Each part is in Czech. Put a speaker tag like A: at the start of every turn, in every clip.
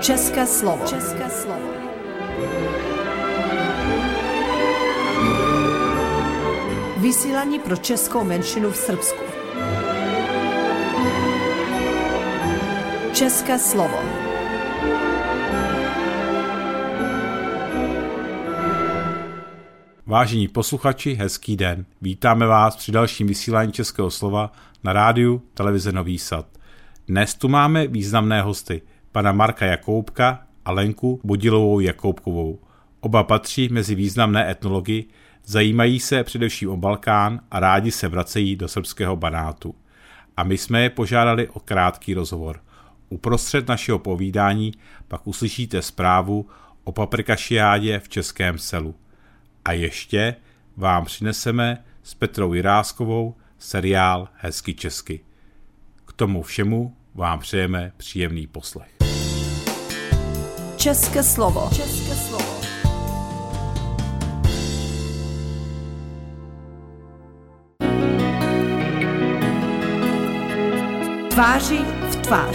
A: České slovo. České slovo. Vysílání pro českou menšinu v Srbsku. České slovo.
B: Vážení posluchači, hezký den. Vítáme vás při dalším vysílání Českého slova na rádiu Televize Nový Sad. Dnes tu máme významné hosty, pana Marka Jakoubka a Lenku Bodilovou Jakoubkovou. Oba patří mezi významné etnology, zajímají se především o Balkán a rádi se vracejí do srbského Banátu. A my jsme je požádali o krátký rozhovor. Uprostřed našeho povídání pak uslyšíte zprávu o paprikašiádě v Českém Selu. A ještě vám přineseme s Petrou Jiráskovou seriál Hezky česky. K tomu všemu vám přejeme příjemný poslech.
A: České slovo. České slovo. Tváři v tvář.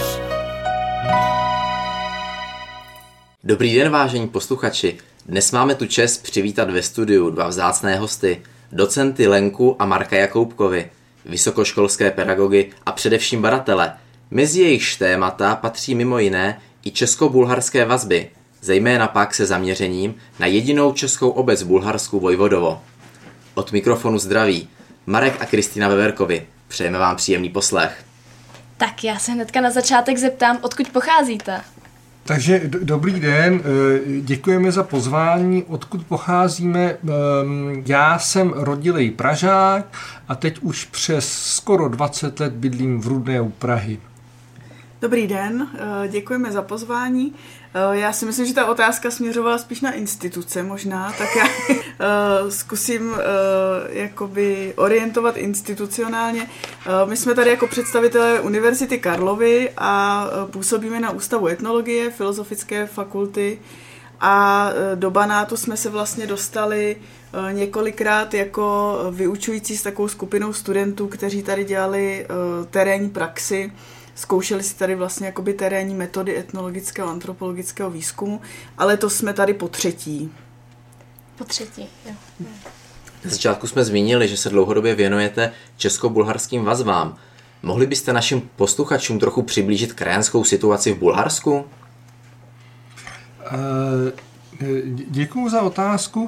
C: Dobrý den, vážení posluchači. Dnes máme tu čest přivítat ve studiu dva vzácné hosty, docenty Lenku a Marka Jakoubkovi, vysokoškolské pedagogy a především badatele. Mezi jejichž témata patří mimo jiné i česko-bulharské vazby, zejména pak se zaměřením na jedinou českou obec v Bulharsku Vojvodovo. Od mikrofonu zdraví Marek a Kristýna Veverkovi. Přejeme vám příjemný poslech.
D: Tak já se hnedka na začátek zeptám, odkud pocházíte?
E: Takže dobrý den, děkujeme za pozvání. Odkud pocházíme? Já jsem rodilej Pražák a teď už přes skoro 20 let bydlím v Rudné u Prahy.
F: Dobrý den, děkujeme za pozvání. Já si myslím, že ta otázka směřovala spíš na instituce možná, tak já zkusím jakoby orientovat institucionálně. My jsme tady jako představitelé Univerzity Karlovy a působíme na Ústavu etnologie, Filozofické fakulty a do Banátu jsme se vlastně dostali několikrát jako vyučující s takovou skupinou studentů, kteří tady dělali terénní praxi. Zkoušeli si tady vlastně jakoby terénní metody etnologického, antropologického výzkumu, ale to jsme tady po třetí.
D: Po třetí, jo.
C: Na začátku jsme zmínili, že se dlouhodobě věnujete česko-bulharským vazbám. Mohli byste našim posluchačům trochu přiblížit krajanskou situaci v Bulharsku?
E: Děkuju za otázku.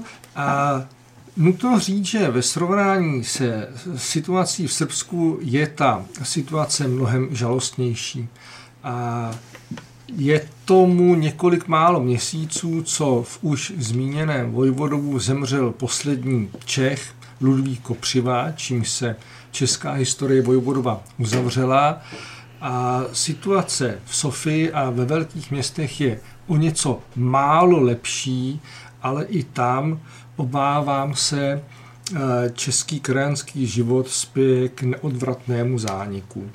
E: Nutno říct, že ve srovnání se situací v Srbsku je ta situace mnohem žalostnější. A je tomu několik málo měsíců, co v už zmíněném Vojvodovu zemřel poslední Čech, Ludvík Kopřiva, čím se česká historie Vojvodova uzavřela. A situace v Sofii a ve velkých městech je o něco málo lepší, ale i tam obávám se, český krajanský život spěje k neodvratnému zániku.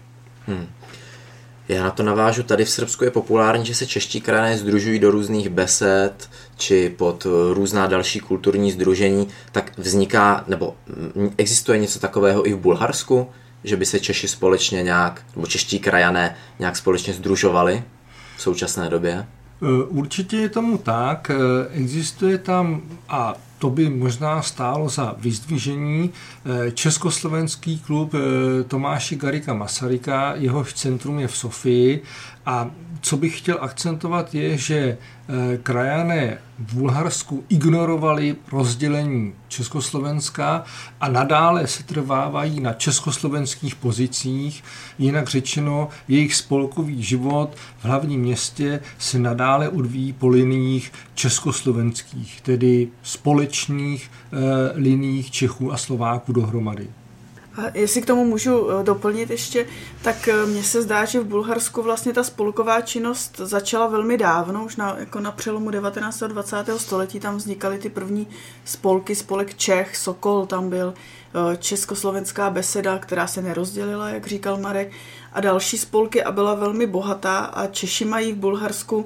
C: Já na to navážu. Tady v Srbsku je populární, že se čeští krajané sdružují do různých besed či pod různá další kulturní sdružení. Tak vzniká, nebo existuje něco takového i v Bulharsku, že by se Češi společně nějak, nebo čeští krajané nějak společně sdružovali v současné době?
E: Určitě je tomu tak. Existuje tam, a to by možná stálo za vyzdvižení, československý klub Tomáše Garrigua Masaryka, jehož centrum je v Sofii. A co bych chtěl akcentovat je, že krajané v Bulharsku ignorovali rozdělení Československa a nadále se trvávají na československých pozicích. Jinak řečeno, jejich spolkový život v hlavním městě se nadále odvíjí po liniích československých, tedy společných liniích Čechů a Slováků dohromady.
F: A jestli k tomu můžu doplnit ještě, tak mně se zdá, že v Bulharsku vlastně ta spolková činnost začala velmi dávno, už na přelomu 19. a 20. století tam vznikaly ty první spolky, spolek Čech, Sokol tam byl, Československá beseda, která se nerozdělila, jak říkal Marek, a další spolky a byla velmi bohatá a Češi mají v Bulharsku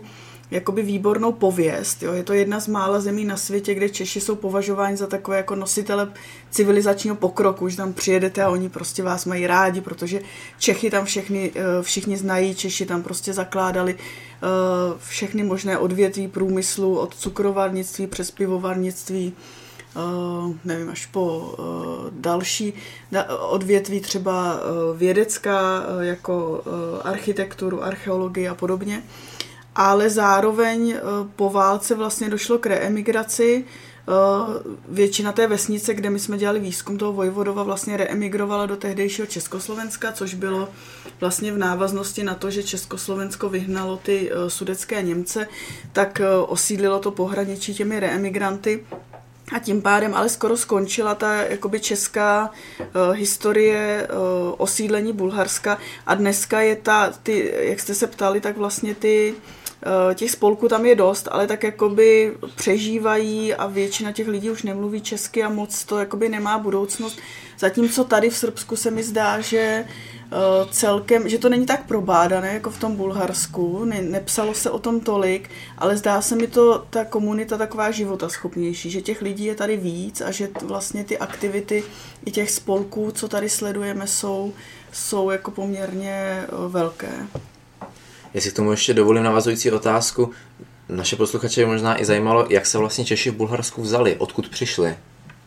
F: jakoby výbornou pověst. Jo. Je to jedna z mála zemí na světě, kde Češi jsou považováni za takové jako nositele civilizačního pokroku, že tam přijedete a oni prostě vás mají rádi, protože Čechy tam všichni znají, Češi tam prostě zakládali všechny možné odvětví průmyslu, od cukrovarnictví přes pivovarnictví, nevím, až po další odvětví, třeba vědecká, jako architekturu, archeologii a podobně. Ale zároveň po válce vlastně došlo k reemigraci. Většina té vesnice, kde my jsme dělali výzkum toho Vojvodova, vlastně reemigrovala do tehdejšího Československa, což bylo vlastně v návaznosti na to, že Československo vyhnalo ty sudetské Němce, tak osídlilo to pohraničí těmi reemigranty. A tím pádem ale skoro skončila ta jakoby česká historie osídlení Bulharska a dneska je jak jste se ptali, tak vlastně těch spolků tam je dost, ale tak jakoby přežívají a většina těch lidí už nemluví česky a moc to jakoby nemá budoucnost. Zatímco tady v Srbsku se mi zdá, že celkem, že to není tak probádané jako v tom Bulharsku, nepsalo se o tom tolik, ale zdá se mi to ta komunita taková životaschopnější, že těch lidí je tady víc a že vlastně ty aktivity i těch spolků, co tady sledujeme, jsou jako poměrně velké.
C: Jestli k tomu ještě dovolím navazující otázku, naše posluchače by možná i zajímalo, jak se vlastně Češi v Bulharsku vzali, odkud přišli.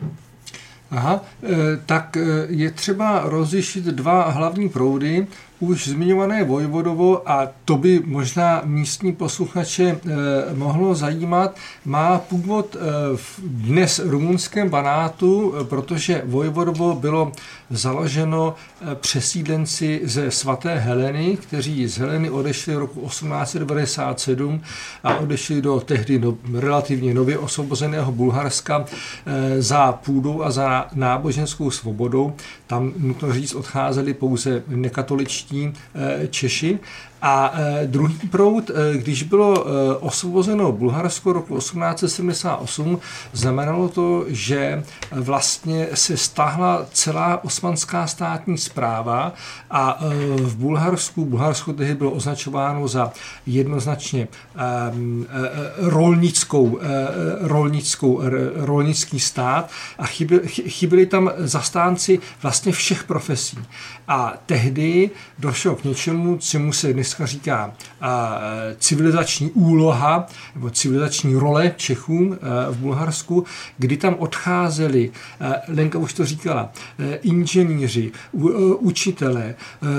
E: Aha, tak je třeba rozlišit dva hlavní proudy. Už zmiňované Vojvodovo, a to by možná místní posluchače mohlo zajímat, má původ v dnes rumunském Banátu, protože Vojvodovo bylo založeno přesídlenci ze svaté Heleny, kteří z Heleny odešli v roku 1897 a odešli do tehdy relativně nově osvobozeného Bulharska za půdou a za náboženskou svobodou. Tam, nutno říct, odcházeli pouze nekatoličtí Češi. A druhý proud, když bylo osvobozeno Bulharsko roku 1878, znamenalo to, že vlastně se stáhla celá osmanská státní správa a v Bulharsko tehdy bylo označováno za jednoznačně rolnický stát a chyběli tam zastánci vlastně všech profesí. A tehdy došlo k něčemu, čemu se dneska říká civilizační úloha nebo civilizační role Čechů v Bulharsku, kdy tam odcházeli, Lenka už to říkala, inženýři, učitelé,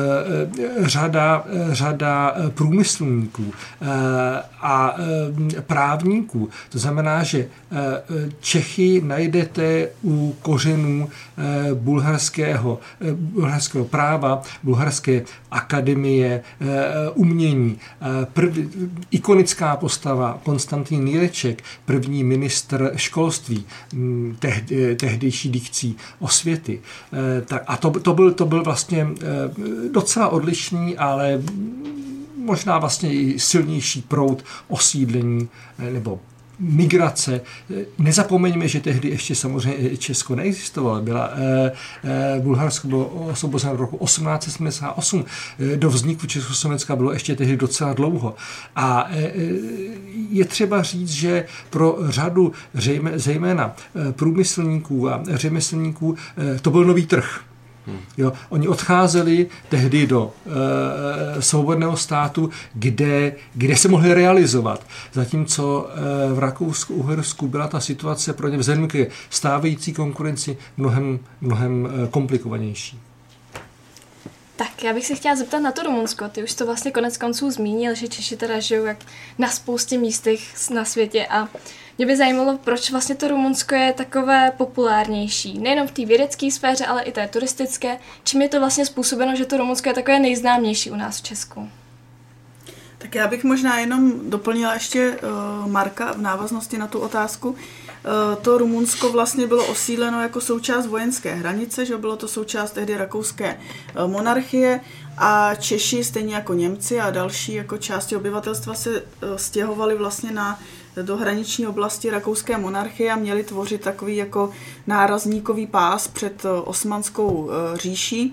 E: řada průmyslníků a právníků. To znamená, že Čechy najdete u kořenů bulharského práva, bulharské akademie umění. Ikonická postava Konstantin Nýreček, první ministr školství, tehdejší dikcí osvěty. A to byl vlastně docela odlišný, ale možná vlastně i silnější proud osídlení nebo migrace. Nezapomeňme, že tehdy ještě samozřejmě Česko neexistovalo. Bulharsko bylo osvobozeno v roku 1878. Do vzniku Československa bylo ještě tehdy docela dlouho. A je třeba říct, že pro řadu zejména průmyslníků a řemeslníků to byl nový trh. Jo, oni odcházeli tehdy do svobodného státu, kde se mohli realizovat. Zatímco v Rakousku-Uhersku byla ta situace pro ně vzhledem ke stávající konkurenci mnohem komplikovanější.
D: Tak, já bych se chtěla zeptat na to Rumunsko. Ty už to vlastně konec konců zmínil, že Češi teda žijou jak na spoustě místech na světě a mě by zajímalo, proč vlastně to Rumunsko je takové populárnější. Nejenom v té vědecké sféře, ale i té turistické. Čím je to vlastně způsobeno, že to Rumunsko je takové nejznámější u nás v Česku?
F: Tak já bych možná jenom doplnila ještě Marka v návaznosti na tu otázku. To Rumunsko vlastně bylo osídleno jako součást vojenské hranice, že bylo to součást tehdy rakouské monarchie a Češi, stejně jako Němci a další jako části obyvatelstva se stěhovali vlastně do hraniční oblasti rakouské monarchie a měli tvořit takový jako nárazníkový pás před osmanskou říší.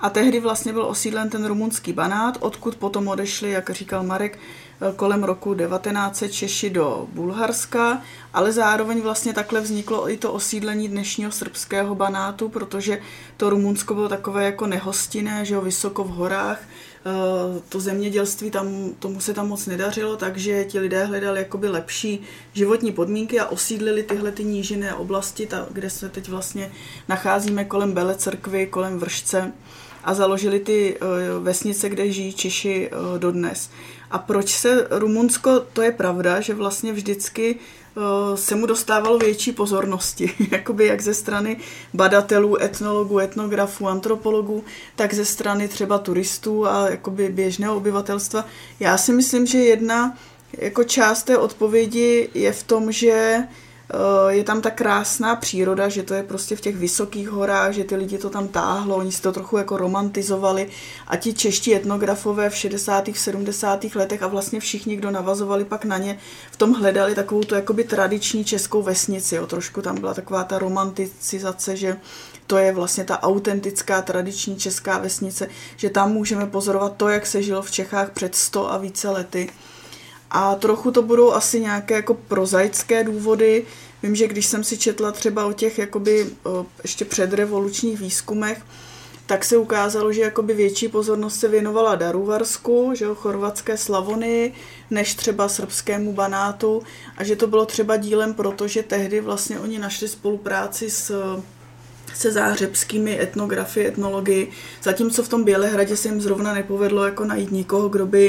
F: a tehdy vlastně byl osídlen ten rumunský Banát, odkud potom odešli, jak říkal Marek, kolem roku 1900 Češi do Bulharska, ale zároveň vlastně takhle vzniklo i to osídlení dnešního srbského Banátu, protože to Rumunsko bylo takové jako nehostinné, že jo, vysoko v horách, to zemědělství tomu se tam moc nedařilo, takže ti lidé hledali jakoby lepší životní podmínky a osídlili tyhle ty nížinné oblasti, kde se teď vlastně nacházíme kolem Belecrkvy, kolem Vršce a založili ty vesnice, kde žijí Češi dodnes. A proč se Rumunsko, to je pravda, že vlastně vždycky se mu dostávalo větší pozornosti, jakoby jak ze strany badatelů, etnologů, etnografů, antropologů, tak ze strany třeba turistů a jakoby běžného obyvatelstva. Já si myslím, že jedna jako část té odpovědi je v tom, že je tam ta krásná příroda, že to je prostě v těch vysokých horách, že ty lidi to tam táhlo, oni si to trochu jako romantizovali a ti čeští etnografové v 60. v 70. letech a vlastně všichni, kdo navazovali pak na ně, v tom hledali takovou tu jakoby tradiční českou vesnici. Jo. Trošku tam byla taková ta romanticizace, že to je vlastně ta autentická tradiční česká vesnice, že tam můžeme pozorovat to, jak se žilo v Čechách před 100 a více lety. A trochu to budou asi nějaké jako prozaické důvody. Vím, že když jsem si četla třeba o těch jakoby ještě předrevolučních výzkumech, tak se ukázalo, že jakoby větší pozornost se věnovala Daruvarsku, že jo, chorvatské Slavonii, než třeba srbskému Banátu a že to bylo třeba dílem, protože tehdy vlastně oni našli spolupráci se záhřebskými etnografy, etnology, zatímco v tom Bělehradě se jim zrovna nepovedlo jako najít nikoho,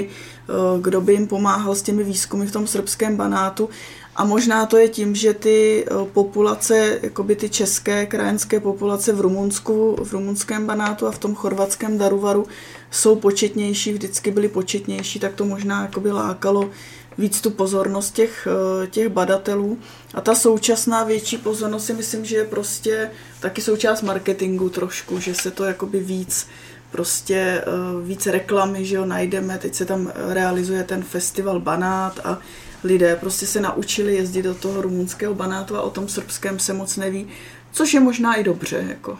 F: kdo by jim pomáhal s těmi výzkumy v tom srbském Banátu. A možná to je tím, že ty populace, jakoby ty české krajanské populace v Rumunsku, v rumunském Banátu a v tom chorvatském Daruvaru jsou početnější, vždycky byly početnější, tak to možná jakoby lákalo víc tu pozornost těch badatelů. A ta současná větší pozornost si myslím, že je prostě taky součást marketingu trošku, že se to jakoby víc reklamy, že jo, najdeme. Teď se tam realizuje ten festival Banát a lidé prostě se naučili jezdit do toho rumunského Banátu a o tom srbském se moc neví, což je možná i dobře. Jako.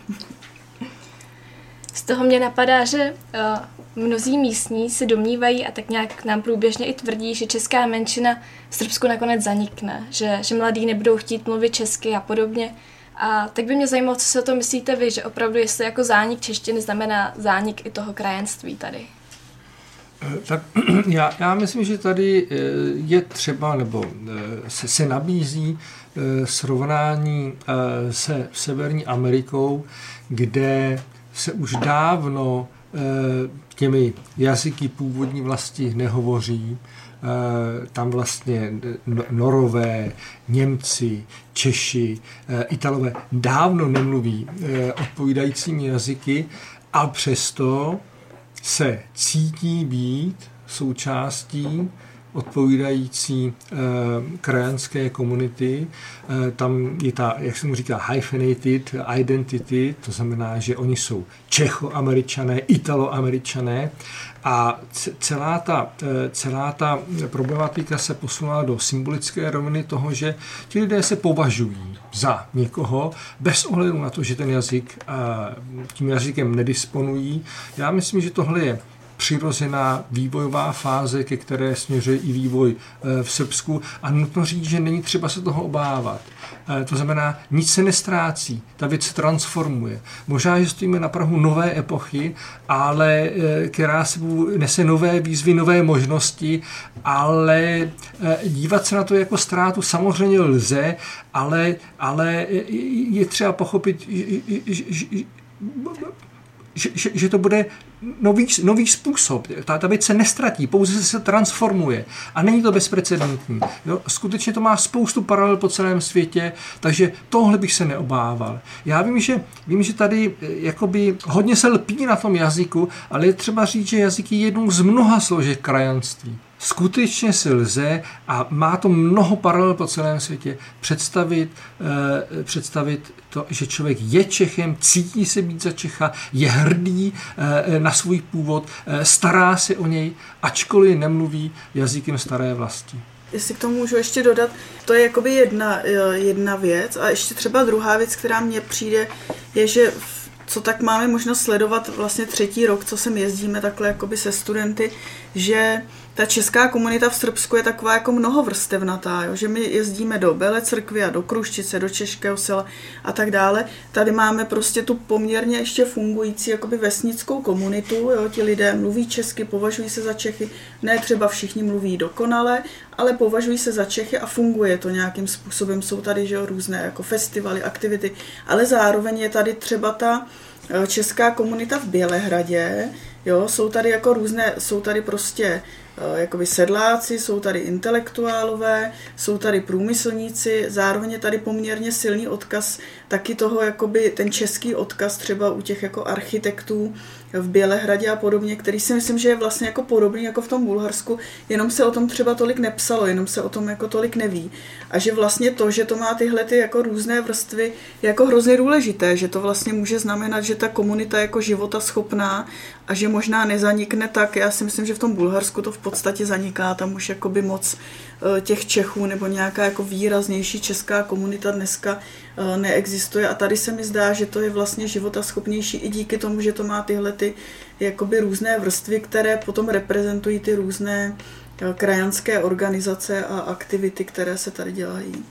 D: Z toho mě napadá, že mnozí místní se domnívají a tak nějak nám průběžně i tvrdí, že česká menšina v Srbsku nakonec zanikne, že mladí nebudou chtít mluvit česky a podobně. A tak by mě zajímalo, co si o tom myslíte vy, že opravdu jestli jako zánik češtiny znamená zánik i toho krajanství tady.
E: Tak já myslím, že tady je třeba, nebo se nabízí srovnání se Severní Amerikou, kde se už dávno těmi jazyky původní vlasti nehovoří. Tam vlastně Norové, Němci, Češi, Italové dávno nemluví odpovídajícími jazyky, a přesto se cítí být součástí odpovídající krajanské komunity. Tam je ta, jak se mu říká, hyphenated identity, to znamená, že oni jsou Čechoameričané, Italoameričané a celá ta problematika se posunula do symbolické roviny toho, že ti lidé se považují za někoho bez ohledu na to, že ten jazyk tím jazykem nedisponují. Já myslím, že tohle je přirozená vývojová fáze, ke které směřuje i vývoj v Srbsku a nutno říct, že není třeba se toho obávat. To znamená, nic se nestrácí, ta věc se transformuje. Možná, že stojíme na prahu nové epochy, ale která se nese nové výzvy, nové možnosti, ale dívat se na to jako ztrátu samozřejmě lze, ale je třeba pochopit, že to bude nový způsob. Ta věc se nestratí, pouze se transformuje. A není to bezprecedentní. Jo? Skutečně to má spoustu paralel po celém světě, takže tohle bych se neobával. Já vím, že tady jakoby hodně se lpí na tom jazyku, ale je třeba říct, že jazyk je jednou z mnoha složek krajanství. Skutečně si lze, a má to mnoho paralel po celém světě, představit to, že člověk je Čechem, cítí se být za Čecha, je hrdý na svůj původ, stará se o něj, ačkoliv nemluví jazykem staré vlasti.
F: Jestli k tomu můžu ještě dodat, to je jakoby jedna věc a ještě třeba druhá věc, která mně přijde, je, že co tak máme možnost sledovat vlastně 3. rok, co sem jezdíme takhle jakoby se studenty, že ta česká komunita v Srbsku je taková jako mnohovrstevnatá, jo? Že my jezdíme do Bele Crkvy a do Kruščice, do Českého Sela a tak dále. Tady máme prostě tu poměrně ještě fungující jakoby vesnickou komunitu, jo? Ti lidé mluví česky, považují se za Čechy, ne třeba všichni mluví dokonale, ale považují se za Čechy a funguje to nějakým způsobem. Jsou tady, že jo, různé jako festivaly, aktivity, ale zároveň je tady třeba ta česká komunita v Bělehradě, jo? Jsou tady jako různé, jsou tady prostě jakoby sedláci, jsou tady intelektuálové, jsou tady průmyslníci, zároveň je tady poměrně silný odkaz taky toho, jakoby ten český odkaz třeba u těch jako architektů v Bělehradě a podobně, který si myslím, že je vlastně jako podobný jako v tom Bulharsku, jenom se o tom třeba tolik nepsalo, jenom se o tom jako tolik neví. A že vlastně to, že to má tyhle ty jako různé vrstvy, je jako hrozně důležité, že to vlastně může znamenat, že ta komunita je jako životaschopná a že možná nezanikne tak. Já si myslím, že v tom Bulharsku to v podstatě zaniká, tam už jakoby moc těch Čechů nebo nějaká jako výraznější česká komunita dneska neexistuje a tady se mi zdá, že to je vlastně životaschopnější i díky tomu, že to má tyhle ty jakoby různé vrstvy, které potom reprezentují ty různé krajanské organizace a aktivity, které se tady dělají.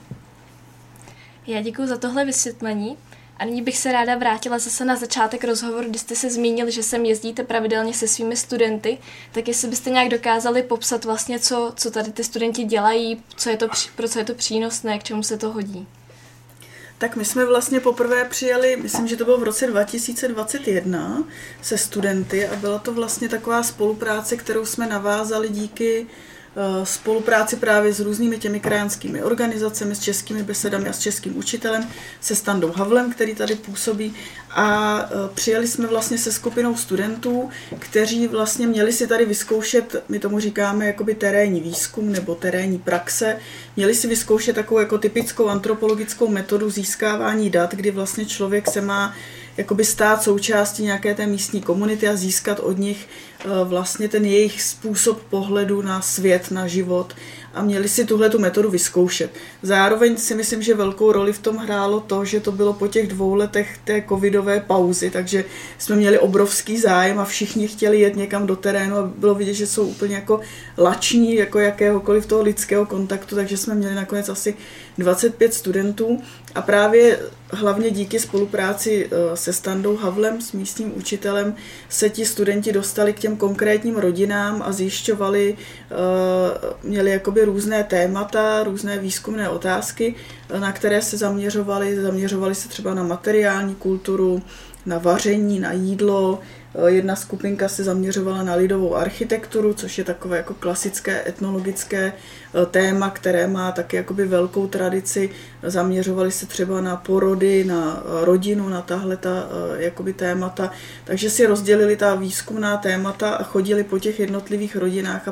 D: Já děkuji za tohle vysvětlení. A nyní bych se ráda vrátila zase na začátek rozhovoru, kdy jste se zmínil, že sem jezdíte pravidelně se svými studenty, tak jestli byste nějak dokázali popsat vlastně, co tady ty studenti dělají, pro co je to přínosné, k čemu se to hodí.
F: Tak my jsme vlastně poprvé přijeli, myslím, že to bylo v roce 2021 se studenty a byla to vlastně taková spolupráce, kterou jsme navázali díky spolupráci právě s různými těmi krajanskými organizacemi, s českými besedami a s českým učitelem, se Standou Havlem, který tady působí a přijeli jsme vlastně se skupinou studentů, kteří vlastně měli si tady vyzkoušet, my tomu říkáme jakoby terénní výzkum nebo terénní praxe, měli si vyzkoušet takovou jako typickou antropologickou metodu získávání dat, kdy vlastně člověk se má jakoby stát součástí nějaké té místní komunity a získat od nich vlastně ten jejich způsob pohledu na svět, na život a měli si tuhletu metodu vyzkoušet. Zároveň si myslím, že velkou roli v tom hrálo to, že to bylo po těch 2 letech té covidové pauzy, takže jsme měli obrovský zájem a všichni chtěli jet někam do terénu a bylo vidět, že jsou úplně jako lační jako jakéhokoliv toho lidského kontaktu, takže jsme měli nakonec asi 25 studentů a právě hlavně díky spolupráci se Standou Havlem, s místním učitelem, se ti studenti dostali k těm konkrétním rodinám a zjišťovali, měli jakoby různé témata, různé výzkumné otázky, na které se zaměřovali se třeba na materiální kulturu, na vaření, na jídlo. Jedna skupinka se zaměřovala na lidovou architekturu, což je takové jako klasické etnologické téma, které má taky jakoby velkou tradici. Zaměřovali se třeba na porody, na rodinu, na tahleta jakoby témata. Takže si rozdělili ta výzkumná témata a chodili po těch jednotlivých rodinách a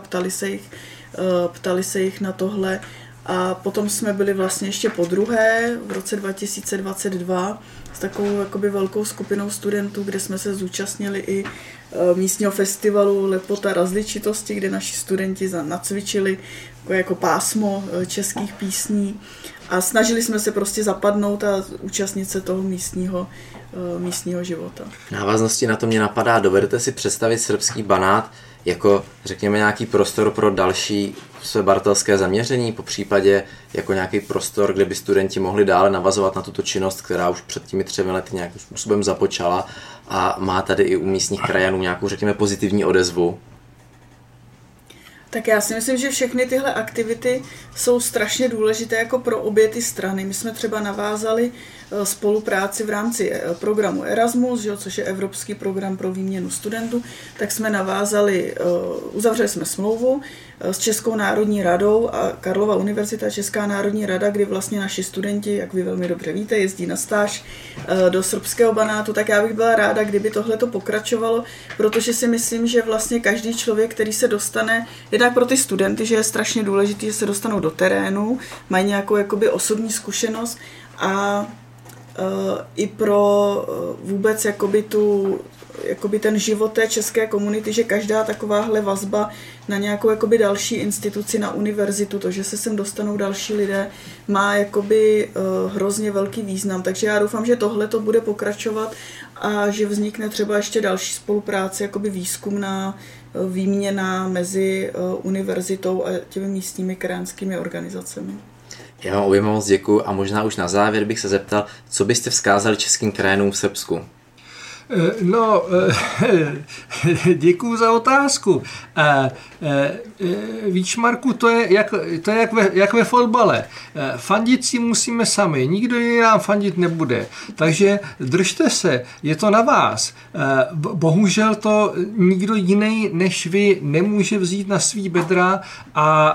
F: ptali se jich na tohle. A potom jsme byli vlastně ještě podruhé v roce 2022 s takovou jakoby velkou skupinou studentů, kde jsme se zúčastnili i místního festivalu Lepota različitosti, kde naši studenti nacvičili jako pásmo českých písní a snažili jsme se prostě zapadnout a účastnit se toho místního života.
C: V návaznosti na to mě napadá, dovedete si představit srbský Banát jako, řekněme, nějaký prostor pro další bartelské zaměření, po případě jako nějaký prostor, kde by studenti mohli dále navazovat na tuto činnost, která už před těmi 3 lety nějakým způsobem započala a má tady i u místních krajanů nějakou, řekněme, pozitivní odezvu?
F: Tak já si myslím, že všechny tyhle aktivity jsou strašně důležité jako pro obě ty strany. My jsme třeba navázali spolupráci v rámci programu Erasmus, což je evropský program pro výměnu studentů, tak jsme uzavřeli jsme smlouvu s Českou národní radou a Karlova univerzita Česká národní rada, kdy vlastně naši studenti, jak vy velmi dobře víte, jezdí na stáž do srbského Banátu, tak já bych byla ráda, kdyby tohleto pokračovalo, protože si myslím, že vlastně každý člověk, který se dostane, jednak pro ty studenty, že je strašně důležité, že se dostanou do terénu, mají nějakou jakoby osobní zkušenost a i pro vůbec jakoby ten život té české komunity, že každá takováhle vazba na nějakou jakoby další instituci, na univerzitu, to, že se sem dostanou další lidé, má jakoby hrozně velký význam. Takže já doufám, že tohle to bude pokračovat a že vznikne třeba ještě další spolupráce, jakoby výzkumná výměna mezi univerzitou a těmi místními krajanskými organizacemi.
C: Já vám oběma moc děkuju a možná už na závěr bych se zeptal, co byste vzkázali českým krajanům v Srbsku?
E: No, děkuju za otázku. Víš, Marku, to je jak ve fotbale. Fandit si musíme sami, nikdo jiný nám fandit nebude. Takže držte se, je to na vás. Bohužel to nikdo jiný než vy nemůže vzít na svý bedra a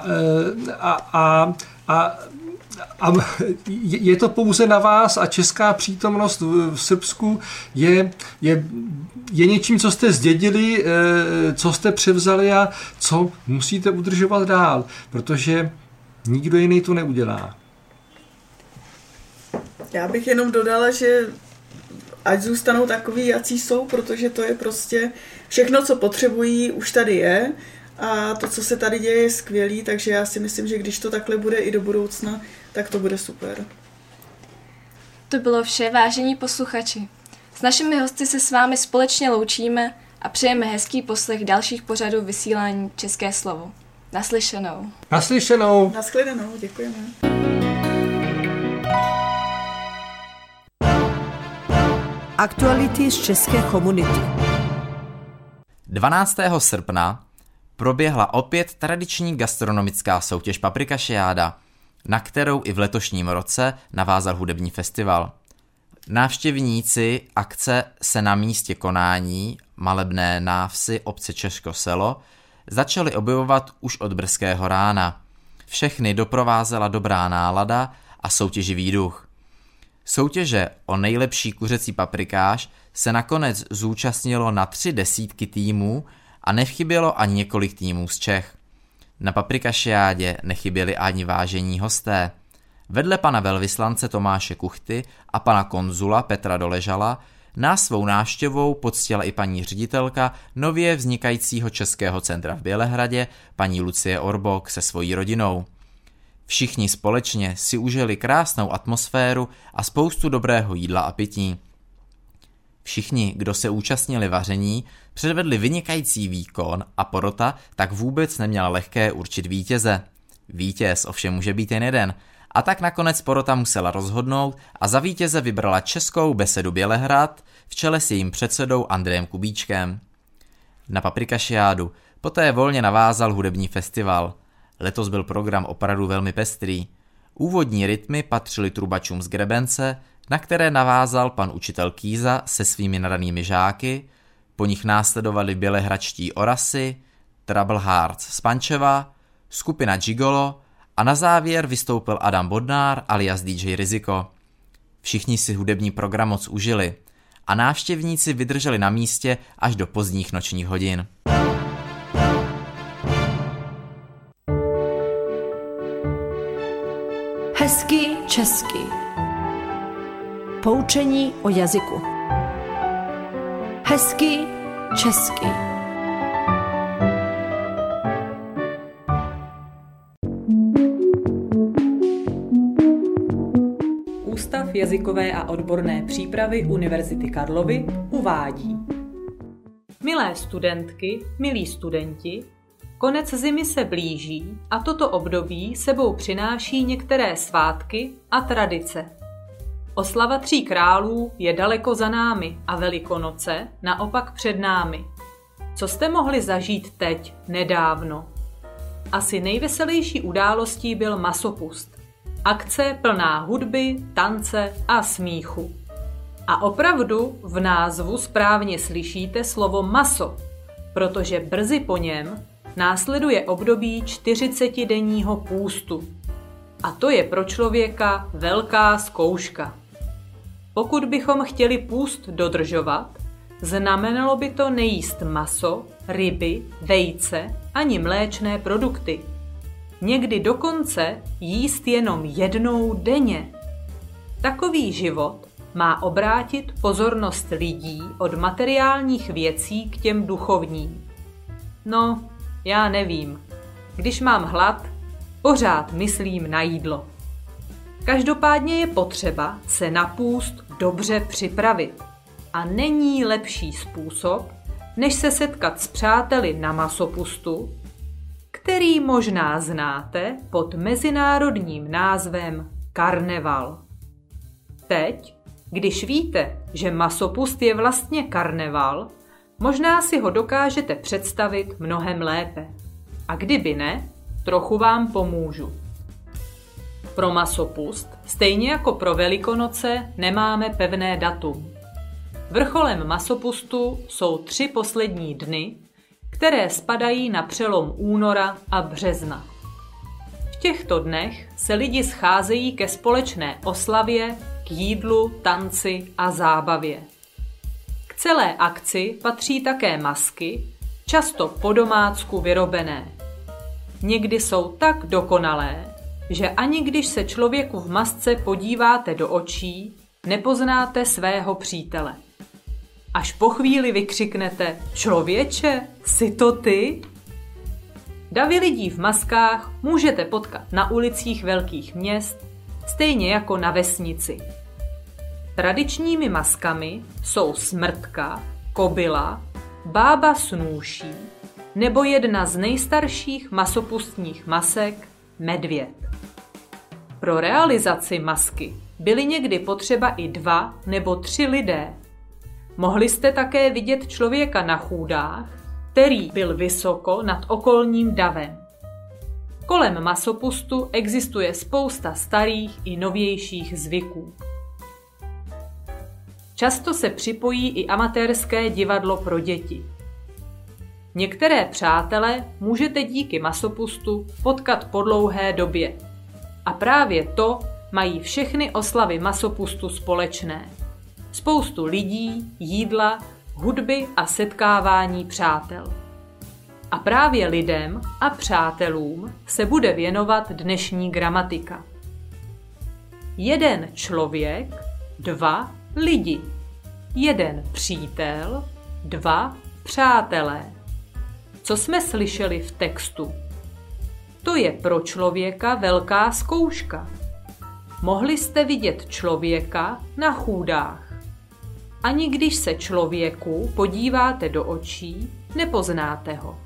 E: je to pouze na vás a česká přítomnost v Srbsku je něčím, co jste zdědili, co jste převzali a co musíte udržovat dál, protože nikdo jiný to neudělá. Já
F: bych jenom dodala, že ať zůstanou takový, jací jsou, protože to je prostě všechno, co potřebují, už tady je. A to, co se tady děje, je skvělý, takže já si myslím, že když to takhle bude i do budoucna, tak to bude super.
D: To bylo vše, vážení posluchači. S našimi hosty se s vámi společně loučíme a přejeme hezký poslech dalších pořadů vysílání České slovo. Naslyšenou.
E: Naslyšenou.
F: Nashledanou, děkujeme.
A: Aktuality z české komunity.
C: 12. srpna proběhla opět tradiční gastronomická soutěž Paprikašiáda, na kterou i v letošním roce navázal hudební festival. Návštěvníci akce se na místě konání, malebné návsi obce Česko Selo, začali objevovat už od brzkého rána. Všechny doprovázela dobrá nálada a soutěživý duch. Soutěže o nejlepší kuřecí paprikáš se nakonec zúčastnilo na 30 týmů a nechybělo ani několik týmů z Čech. Na Paprikašiádě nechyběli ani vážení hosté. Vedle pana velvyslance Tomáše Kuchty a pana konzula Petra Doležala nás svou návštěvou poctila i paní ředitelka nově vznikajícího Českého centra v Bělehradě, paní Lucie Orbok se svojí rodinou. Všichni společně si užili krásnou atmosféru a spoustu dobrého jídla a pití. Všichni, kdo se účastnili vaření, předvedli vynikající výkon a porota tak vůbec neměla lehké určit vítěze. Vítěz ovšem může být jen jeden, a tak nakonec porota musela rozhodnout a za vítěze vybrala Českou besedu Bělehrad v čele s jejím předsedou Andrejem Kubíčkem. Na Paprikašiádu poté volně navázal hudební festival. Letos byl program opravdu velmi pestrý. Úvodní rytmy patřily trubačům z Grebence, na které navázal pan učitel Kýza se svými nadanými žáky, po nich následovali bělehradští Orasy, Trouble Hearts z Pančeva, skupina Gigolo a na závěr vystoupil Adam Bodnár alias DJ Riziko. Všichni si hudební program moc užili a návštěvníci vydrželi na místě až do pozdních nočních hodin.
A: Hezký česky. Poučení o jazyku. Hezký česky.
G: Ústav jazykové a odborné přípravy Univerzity Karlovy uvádí: Milé studentky, milí studenti, konec zimy se blíží a toto období sebou přináší některé svátky a tradice. Oslava 3 králů je daleko za námi a Velikonoce naopak před námi. Co jste mohli zažít teď, nedávno? Asi nejveselější událostí byl Masopust. Akce plná hudby, tance a smíchu. A opravdu v názvu správně slyšíte slovo maso, protože brzy po něm následuje období 40denního půstu. A to je pro člověka velká zkouška. Pokud bychom chtěli půst dodržovat, znamenalo by to nejíst maso, ryby, vejce ani mléčné produkty. Někdy dokonce jíst jenom jednou denně. Takový život má obrátit pozornost lidí od materiálních věcí k těm duchovním. No, já nevím. Když mám hlad, pořád myslím na jídlo. Každopádně je potřeba se na půst dobře připravit. A není lepší způsob, než se setkat s přáteli na masopustu, který možná znáte pod mezinárodním názvem karneval. Teď, když víte, že masopust je vlastně karneval, možná si ho dokážete představit mnohem lépe. A kdyby ne, trochu vám pomůžu. Pro masopust, stejně jako pro Velikonoce, nemáme pevné datum. Vrcholem masopustu jsou 3 poslední dny, které spadají na přelom února a března. V těchto dnech se lidi scházejí ke společné oslavě, k jídlu, tanci a zábavě. K celé akci patří také masky, často po domácku vyrobené. Někdy jsou tak dokonalé, že ani když se člověku v masce podíváte do očí, nepoznáte svého přítele. Až po chvíli vykřiknete: člověče, jsi to ty? Davy lidí v maskách můžete potkat na ulicích velkých měst, stejně jako na vesnici. Tradičními maskami jsou smrtka, kobyla, bába snůší nebo jedna z nejstarších masopustních masek medvěd. Pro realizaci masky byly někdy potřeba i 2 nebo 3 lidé. Mohli jste také vidět člověka na chůdách, který byl vysoko nad okolním davem. Kolem masopustu existuje spousta starých i novějších zvyků. Často se připojí i amatérské divadlo pro děti. Některé přátele můžete díky masopustu potkat po dlouhé době. A právě to mají všechny oslavy masopustu společné. Spoustu lidí, jídla, hudby a setkávání přátel. A právě lidem a přátelům se bude věnovat dnešní gramatika. 1 člověk, 2 lidi. 1 přítel, 2 přátelé. Co jsme slyšeli v textu? To je pro člověka velká zkouška. Mohli jste vidět člověka na chůdách. Ani když se člověku podíváte do očí, nepoznáte ho.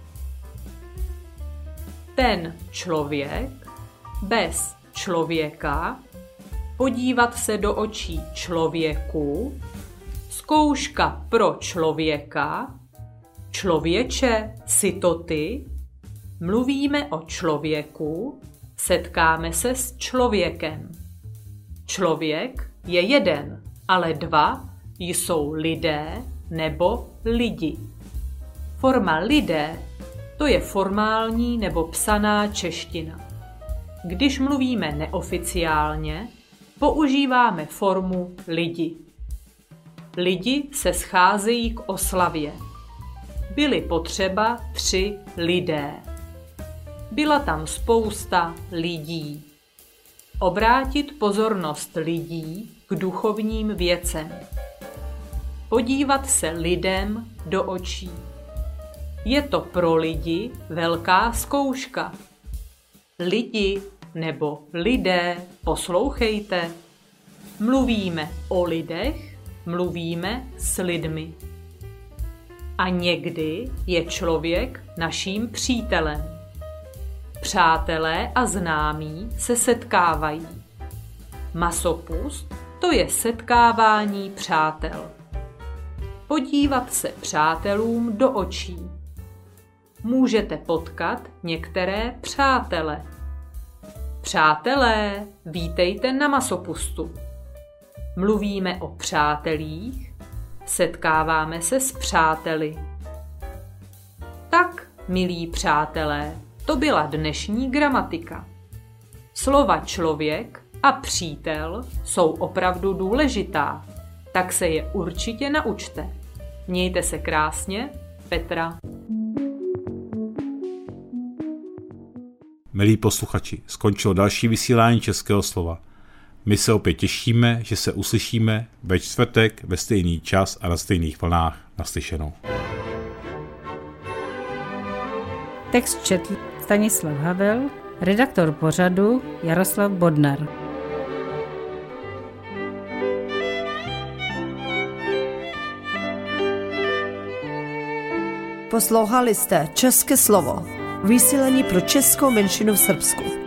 G: Ten člověk bez člověka, podívat se do očí člověku, zkouška pro člověka, člověče, jsi to ty? Mluvíme o člověku, setkáme se s člověkem. Člověk je 1, ale 2 jsou lidé nebo lidi. Forma lidé, to je formální nebo psaná čeština. Když mluvíme neoficiálně, používáme formu lidi. Lidi se scházejí k oslavě. Byly potřeba 3 lidé. Byla tam spousta lidí. Obrátit pozornost lidí k duchovním věcem. Podívat se lidem do očí. Je to pro lidi velká zkouška. Lidi nebo lidé, poslouchejte. Mluvíme o lidech, mluvíme s lidmi. A někdy je člověk naším přítelem. Přátelé a známí se setkávají. Masopust, to je setkávání přátel. Podívat se přátelům do očí. Můžete potkat některé přátele. Přátelé, vítejte na masopustu. Mluvíme o přátelích, setkáváme se s přáteli. Tak, milí přátelé, to byla dnešní gramatika. Slova člověk a přítel jsou opravdu důležitá, tak se je určitě naučte. Mějte se krásně, Petra.
B: Milí posluchači, skončilo další vysílání Českého slova. My se opět těšíme, že se uslyšíme ve čtvrtek ve stejný čas a na stejných vlnách. Naslyšenou.
H: Text četl Stanislav Havel, redaktor pořadu Jaroslav Bodnar.
A: Poslouchali jste České slovo, vysílání pro českou menšinu v Srbsku.